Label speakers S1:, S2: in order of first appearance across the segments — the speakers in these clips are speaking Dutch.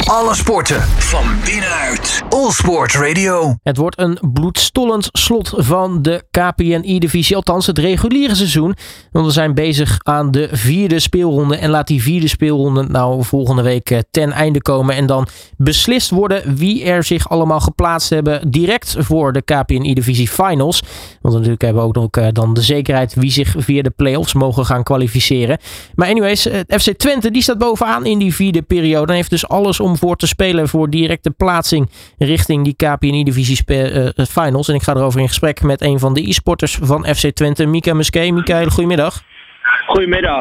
S1: Alle sporten van binnenuit. All Sport Radio.
S2: Het wordt een bloedstollend slot van de KPNI-divisie, althans het reguliere seizoen. Want we zijn bezig aan de 4e speelronde. En laat die 4e speelronde nou volgende week ten einde komen. En dan beslist worden wie er zich allemaal geplaatst hebben direct voor de KPNI-divisie Finals. Want natuurlijk hebben we ook nog dan de zekerheid wie zich via de play-offs mogen gaan kwalificeren. Maar anyways, het FC Twente die staat bovenaan in die 4e periode. En heeft dus alles om voor te spelen voor directe plaatsing richting die KPNI-divisie Finals. En ik ga erover in gesprek met een van de e-sporters van FC Twente, Mika Muske. Mika, goedemiddag.
S3: Goedemiddag.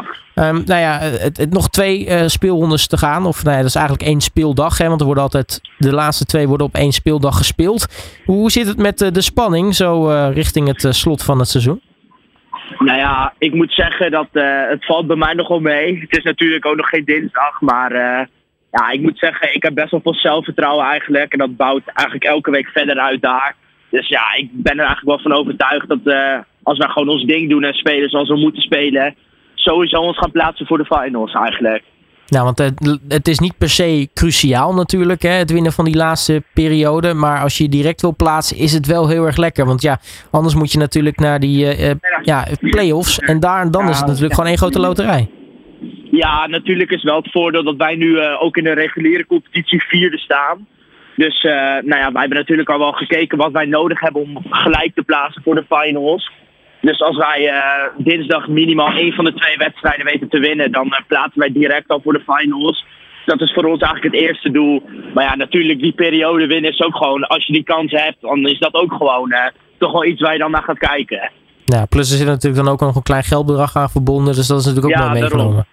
S2: Nog 2 speelrondes te gaan. Of dat is eigenlijk 1 speeldag. Hè, want er worden altijd de laatste 2 worden op 1 speeldag gespeeld. Hoe zit het met de spanning zo richting het slot van het seizoen?
S3: Nou ja, ik moet zeggen dat het valt bij mij nogal mee. Het is natuurlijk ook nog geen dinsdag, maar ik moet zeggen, ik heb best wel veel zelfvertrouwen eigenlijk. En dat bouwt eigenlijk elke week verder uit daar. Dus ja, ik ben er eigenlijk wel van overtuigd dat als wij gewoon ons ding doen en spelen zoals we moeten spelen, sowieso ons gaan plaatsen voor de finals eigenlijk.
S2: Nou, want het is niet per se cruciaal natuurlijk, hè, het winnen van die laatste periode. Maar als je je direct wil plaatsen, is het wel heel erg lekker. Want ja, anders moet je natuurlijk naar die play-offs. En dan is het natuurlijk gewoon één grote loterij.
S3: Ja, natuurlijk is wel het voordeel dat wij nu ook in de reguliere competitie 4e staan. Dus wij hebben natuurlijk al wel gekeken wat wij nodig hebben om gelijk te plaatsen voor de finals. Dus als wij dinsdag minimaal 1 van de 2 wedstrijden weten te winnen, dan plaatsen wij direct al voor de finals. Dat is voor ons eigenlijk het eerste doel. Maar ja, natuurlijk die periode winnen is ook gewoon, als je die kans hebt, dan is dat ook gewoon toch wel iets waar je dan naar gaat kijken.
S2: Ja, plus er zit natuurlijk dan ook nog een klein geldbedrag aan verbonden, dus dat is natuurlijk ook wel meegenomen.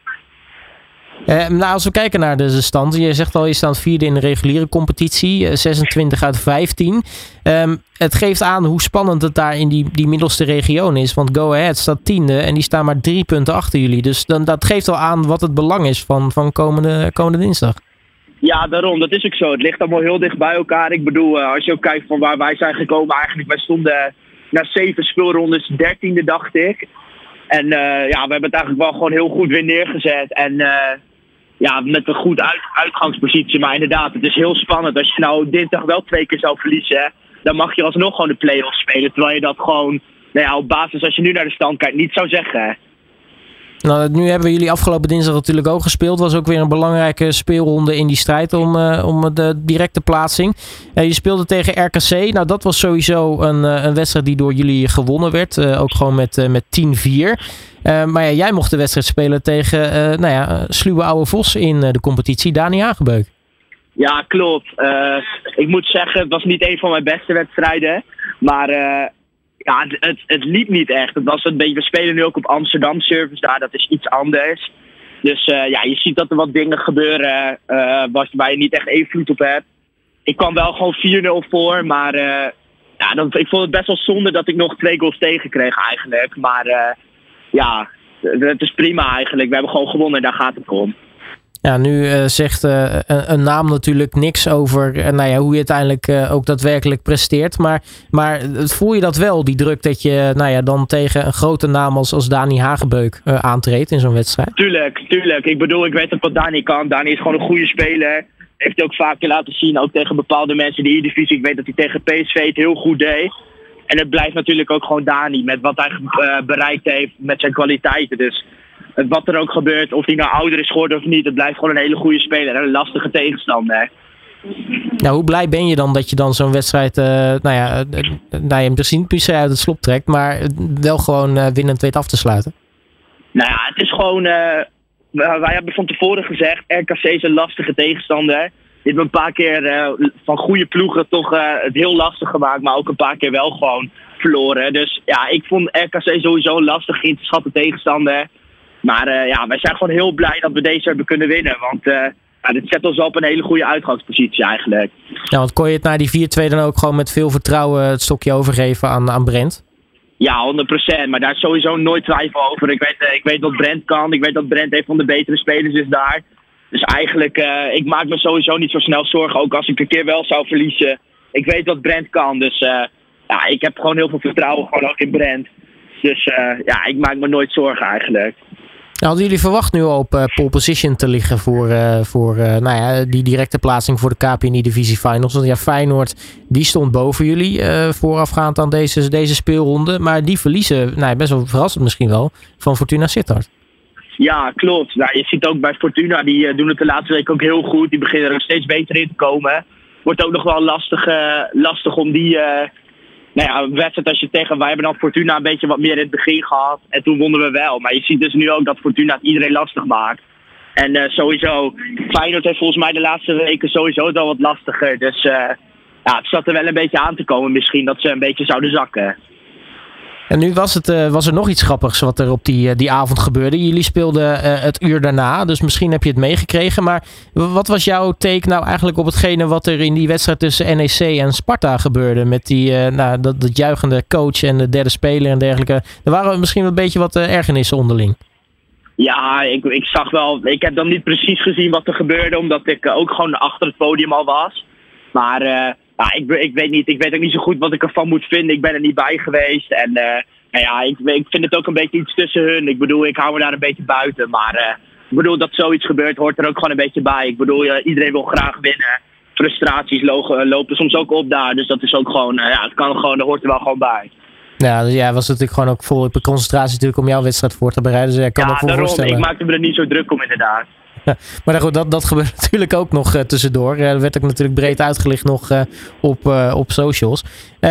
S2: Als we kijken naar de stand, je zegt al, je staat 4e in de reguliere competitie, 26 uit 15. Het geeft aan hoe spannend het daar in die middelste region is, want Go Ahead staat 10e en die staan maar 3 punten achter jullie. Dus dat geeft al aan wat het belang is van komende dinsdag. Ja,
S3: daarom, dat is ook zo. Het ligt allemaal heel dicht bij elkaar. Ik bedoel, als je ook kijkt van waar wij zijn gekomen, eigenlijk, wij stonden na 7 speelrondes 13e, dacht ik. En we hebben het eigenlijk wel gewoon heel goed weer neergezet. En met een goed uitgangspositie. Maar inderdaad, het is heel spannend. Als je nou dinsdag wel 2 keer zou verliezen, dan mag je alsnog gewoon de play-offs spelen. Terwijl je dat gewoon op basis, als je nu naar de stand kijkt, niet zou zeggen.
S2: Nou, nu hebben jullie afgelopen dinsdag natuurlijk ook gespeeld. Was ook weer een belangrijke speelronde in die strijd om de directe plaatsing. Je speelde tegen RKC. Nou, dat was sowieso een wedstrijd die door jullie gewonnen werd. Ook gewoon met 10-4. Maar jij mocht de wedstrijd spelen tegen sluwe oude Vos in de competitie, Dani Hagebeuk.
S3: Ja, klopt. Ik moet zeggen, het was niet een van mijn beste wedstrijden. Maar het liep niet echt. Het was een beetje, we spelen nu ook op Amsterdam Service daar, dat is iets anders. Dus je ziet dat er wat dingen gebeuren waar je niet echt invloed op hebt. Ik kwam wel gewoon 4-0 voor, maar ik vond het best wel zonde dat ik nog 2 goals tegen kreeg eigenlijk. Maar het is prima eigenlijk. We hebben gewoon gewonnen en daar gaat het om.
S2: Ja, nu zegt een naam natuurlijk niks over hoe je uiteindelijk ook daadwerkelijk presteert. Maar voel je dat wel, die druk dat je dan tegen een grote naam als Dani Hagebeuk aantreedt in zo'n wedstrijd?
S3: Tuurlijk. Ik bedoel, ik weet ook wat Dani kan. Dani is gewoon een goede speler. Heeft hij ook vaker laten zien, ook tegen bepaalde mensen in de E-divisie. Ik weet dat hij tegen PSV het heel goed deed. En het blijft natuurlijk ook gewoon Dani met wat hij bereikt heeft met zijn kwaliteiten. Dus wat er ook gebeurt, of hij nou ouder is geworden of niet, het blijft gewoon een hele goede speler en een lastige tegenstander.
S2: Nou, hoe blij ben je dan dat je dan zo'n wedstrijd, in principe uit het slop trekt, maar wel gewoon winnend weet af te sluiten?
S3: Nou ja, het is gewoon, wij hebben van tevoren gezegd, RKC is een lastige tegenstander. Die hebben een paar keer van goede ploegen toch het heel lastig gemaakt, maar ook een paar keer wel gewoon verloren. Dus ja, ik vond RKC sowieso een lastig in te schatten tegenstander. Maar wij zijn gewoon heel blij dat we deze hebben kunnen winnen. Want dit zet ons op een hele goede uitgangspositie eigenlijk.
S2: Ja, want kon je het na die 4-2 dan ook gewoon met veel vertrouwen het stokje overgeven aan Brent?
S3: Ja, 100%. Maar daar is sowieso nooit twijfel over. Ik weet wat Brent kan. Ik weet dat Brent een van de betere spelers is daar. Dus eigenlijk, ik maak me sowieso niet zo snel zorgen. Ook als ik een keer wel zou verliezen. Ik weet wat Brent kan. Dus ik heb gewoon heel veel vertrouwen gewoon ook in Brent. Dus ik maak me nooit zorgen eigenlijk.
S2: Hadden jullie verwacht nu al op pole position te liggen voor die directe plaatsing voor de KPNI-divisie finals? Want ja, Feyenoord die stond boven jullie voorafgaand aan deze speelronde. Maar die verliezen, best wel verrassend misschien wel, van Fortuna Sittard.
S3: Ja, klopt. Nou, je ziet ook bij Fortuna, die doen het de laatste week ook heel goed. Die beginnen er ook steeds beter in te komen. Wordt ook nog wel lastig om die wedstrijd als je tegen... Wij hebben dan Fortuna een beetje wat meer in het begin gehad. En toen wonnen we wel. Maar je ziet dus nu ook dat Fortuna het iedereen lastig maakt. En sowieso, Feyenoord heeft volgens mij de laatste weken sowieso wel wat lastiger. Dus het zat er wel een beetje aan te komen misschien dat ze een beetje zouden zakken.
S2: En nu was er nog iets grappigs wat er op die avond gebeurde. Jullie speelden het uur daarna, dus misschien heb je het meegekregen. Maar wat was jouw take nou eigenlijk op hetgene wat er in die wedstrijd tussen NEC en Sparta gebeurde? Met dat juichende coach en de derde speler en dergelijke. Er waren misschien een beetje wat ergernissen onderling.
S3: Ja, ik zag wel. Ik heb dan niet precies gezien wat er gebeurde, omdat ik ook gewoon achter het podium al was. Maar... ik weet niet. Ik weet ook niet zo goed wat ik ervan moet vinden. Ik ben er niet bij geweest. En ik vind het ook een beetje iets tussen hun. Ik bedoel, ik hou me daar een beetje buiten. Maar ik bedoel, dat zoiets gebeurt, hoort er ook gewoon een beetje bij. Ik bedoel, iedereen wil graag winnen. Frustraties lopen soms ook op daar. Dus dat is ook gewoon, het kan gewoon, dat hoort er wel gewoon bij.
S2: Ja, dus jij was natuurlijk gewoon ook vol concentratie natuurlijk om jouw wedstrijd voor te bereiden. Dus ik kan me voorstellen.
S3: Ik maakte me er niet zo druk om inderdaad.
S2: Maar goed, dat gebeurt natuurlijk ook nog tussendoor. Dat werd ook natuurlijk breed uitgelicht nog op socials.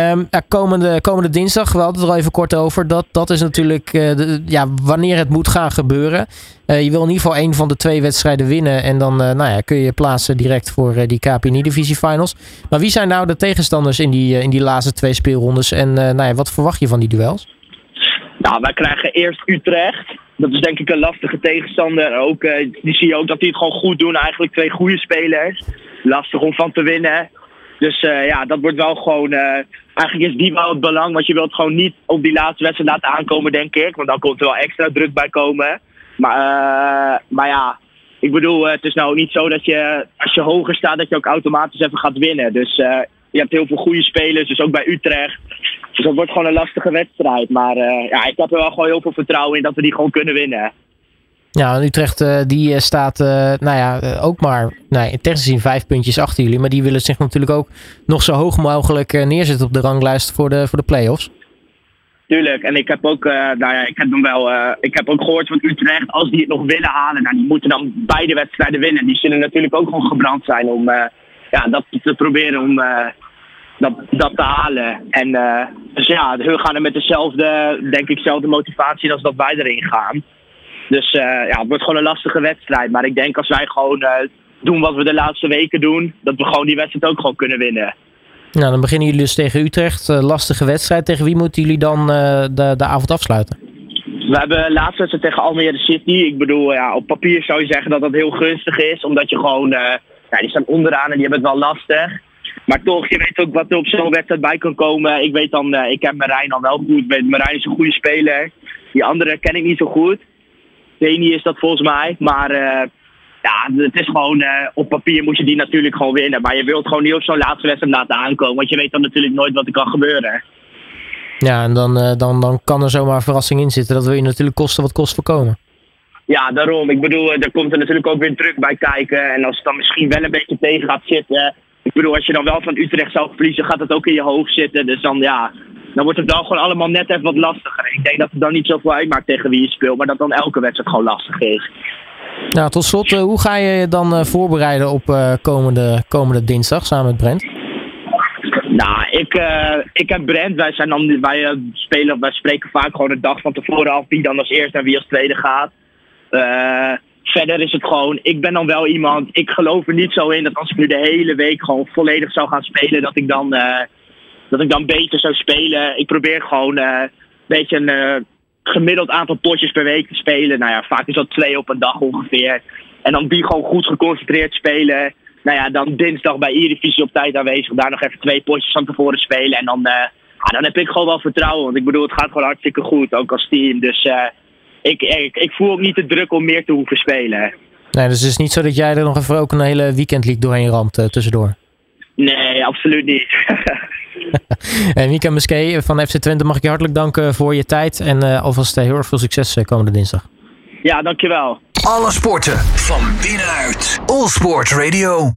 S2: Komende dinsdag, we hadden het er al even kort over. Dat is natuurlijk wanneer het moet gaan gebeuren. Je wil in ieder geval 1 van de 2 wedstrijden winnen. En dan kun je je plaatsen direct voor die KPNI-divisie finals. Maar wie zijn nou de tegenstanders in die laatste 2 speelrondes? En wat verwacht je van die duels?
S3: Nou, wij krijgen eerst Utrecht. Dat is denk ik een lastige tegenstander. Ook, die zie je ook dat die het gewoon goed doen. Eigenlijk 2 goede spelers. Lastig om van te winnen. Dus dat wordt wel gewoon... eigenlijk is die wel het belang. Want je wilt gewoon niet op die laatste wedstrijd laten aankomen, denk ik. Want dan komt er wel extra druk bij komen. Maar ja, ik bedoel, het is nou niet zo dat je... Als je hoger staat, dat je ook automatisch even gaat winnen. Dus je hebt heel veel goede spelers. Dus ook bij Utrecht. Dus dat wordt gewoon een lastige wedstrijd. Maar ik heb er wel gewoon heel veel vertrouwen in dat we die gewoon kunnen winnen.
S2: Ja, en Utrecht die staat ook maar in technisch gezien 5 puntjes achter jullie. Maar die willen zich natuurlijk ook nog zo hoog mogelijk neerzetten op de ranglijst voor de play-offs.
S3: Tuurlijk. En ik heb ook, ik heb ook gehoord van Utrecht, als die het nog willen halen, die moeten dan beide wedstrijden winnen. Die zullen natuurlijk ook gewoon gebrand zijn om dat te proberen om... Dat te halen. En dus hun gaan er met dezelfde motivatie als dat wij erin gaan. Dus het wordt gewoon een lastige wedstrijd. Maar ik denk als wij gewoon doen wat we de laatste weken doen, dat we gewoon die wedstrijd ook gewoon kunnen winnen.
S2: Nou, dan beginnen jullie dus tegen Utrecht. Lastige wedstrijd. Tegen wie moeten jullie dan de avond afsluiten?
S3: We hebben laatste wedstrijd tegen Almere City. Ik bedoel, op papier zou je zeggen dat dat heel gunstig is. Omdat je gewoon, die staan onderaan en die hebben het wel lastig. Maar toch, je weet ook wat er op zo'n wedstrijd bij kan komen. Ik weet dan, ik heb Marijn dan wel goed. Marijn is een goede speler. Die andere ken ik niet zo goed. Deni is dat volgens mij. Maar het is gewoon, op papier moet je die natuurlijk gewoon winnen. Maar je wilt gewoon niet op zo'n laatste wedstrijd laten aankomen. Want je weet dan natuurlijk nooit wat er kan gebeuren.
S2: Ja, en dan kan er zomaar verrassing in zitten. Dat wil je natuurlijk kosten wat kost voorkomen.
S3: Ja, daarom. Ik bedoel, er komt er natuurlijk ook weer druk bij kijken. En als het dan misschien wel een beetje tegen gaat zitten... Ik bedoel, als je dan wel van Utrecht zou verliezen, gaat het ook in je hoofd zitten. Dus dan wordt het dan gewoon allemaal net even wat lastiger. Ik denk dat het dan niet zoveel uitmaakt tegen wie je speelt, maar dat dan elke wedstrijd gewoon lastig is.
S2: Nou, tot slot, hoe ga je je dan voorbereiden op komende dinsdag samen met Brent?
S3: Nou, ik heb Brent. Wij spreken vaak gewoon de dag van tevoren af wie dan als eerste en wie als tweede gaat. Verder is het gewoon, ik ben dan wel iemand, ik geloof er niet zo in dat als ik nu de hele week gewoon volledig zou gaan spelen, dat ik dan beter zou spelen. Ik probeer gewoon een beetje een gemiddeld aantal potjes per week te spelen. Nou ja, vaak is dat 2 op een dag ongeveer. En dan die gewoon goed geconcentreerd spelen. Nou ja, dan dinsdag bij Eredivisie op tijd aanwezig, daar nog even 2 potjes van tevoren spelen. En dan heb ik gewoon wel vertrouwen, want ik bedoel, het gaat gewoon hartstikke goed, ook als team. Dus... Ik voel ook niet de druk om meer te hoeven spelen. Nee,
S2: dus het is niet zo dat jij er nog even ook een hele weekendleague doorheen ramt tussendoor?
S3: Nee, absoluut niet.
S2: En Mika Mesquet van FC Twente, mag ik je hartelijk danken voor je tijd. En alvast heel erg veel succes komende dinsdag.
S3: Ja, dankjewel.
S1: Alle sporten van binnenuit. All Sport Radio.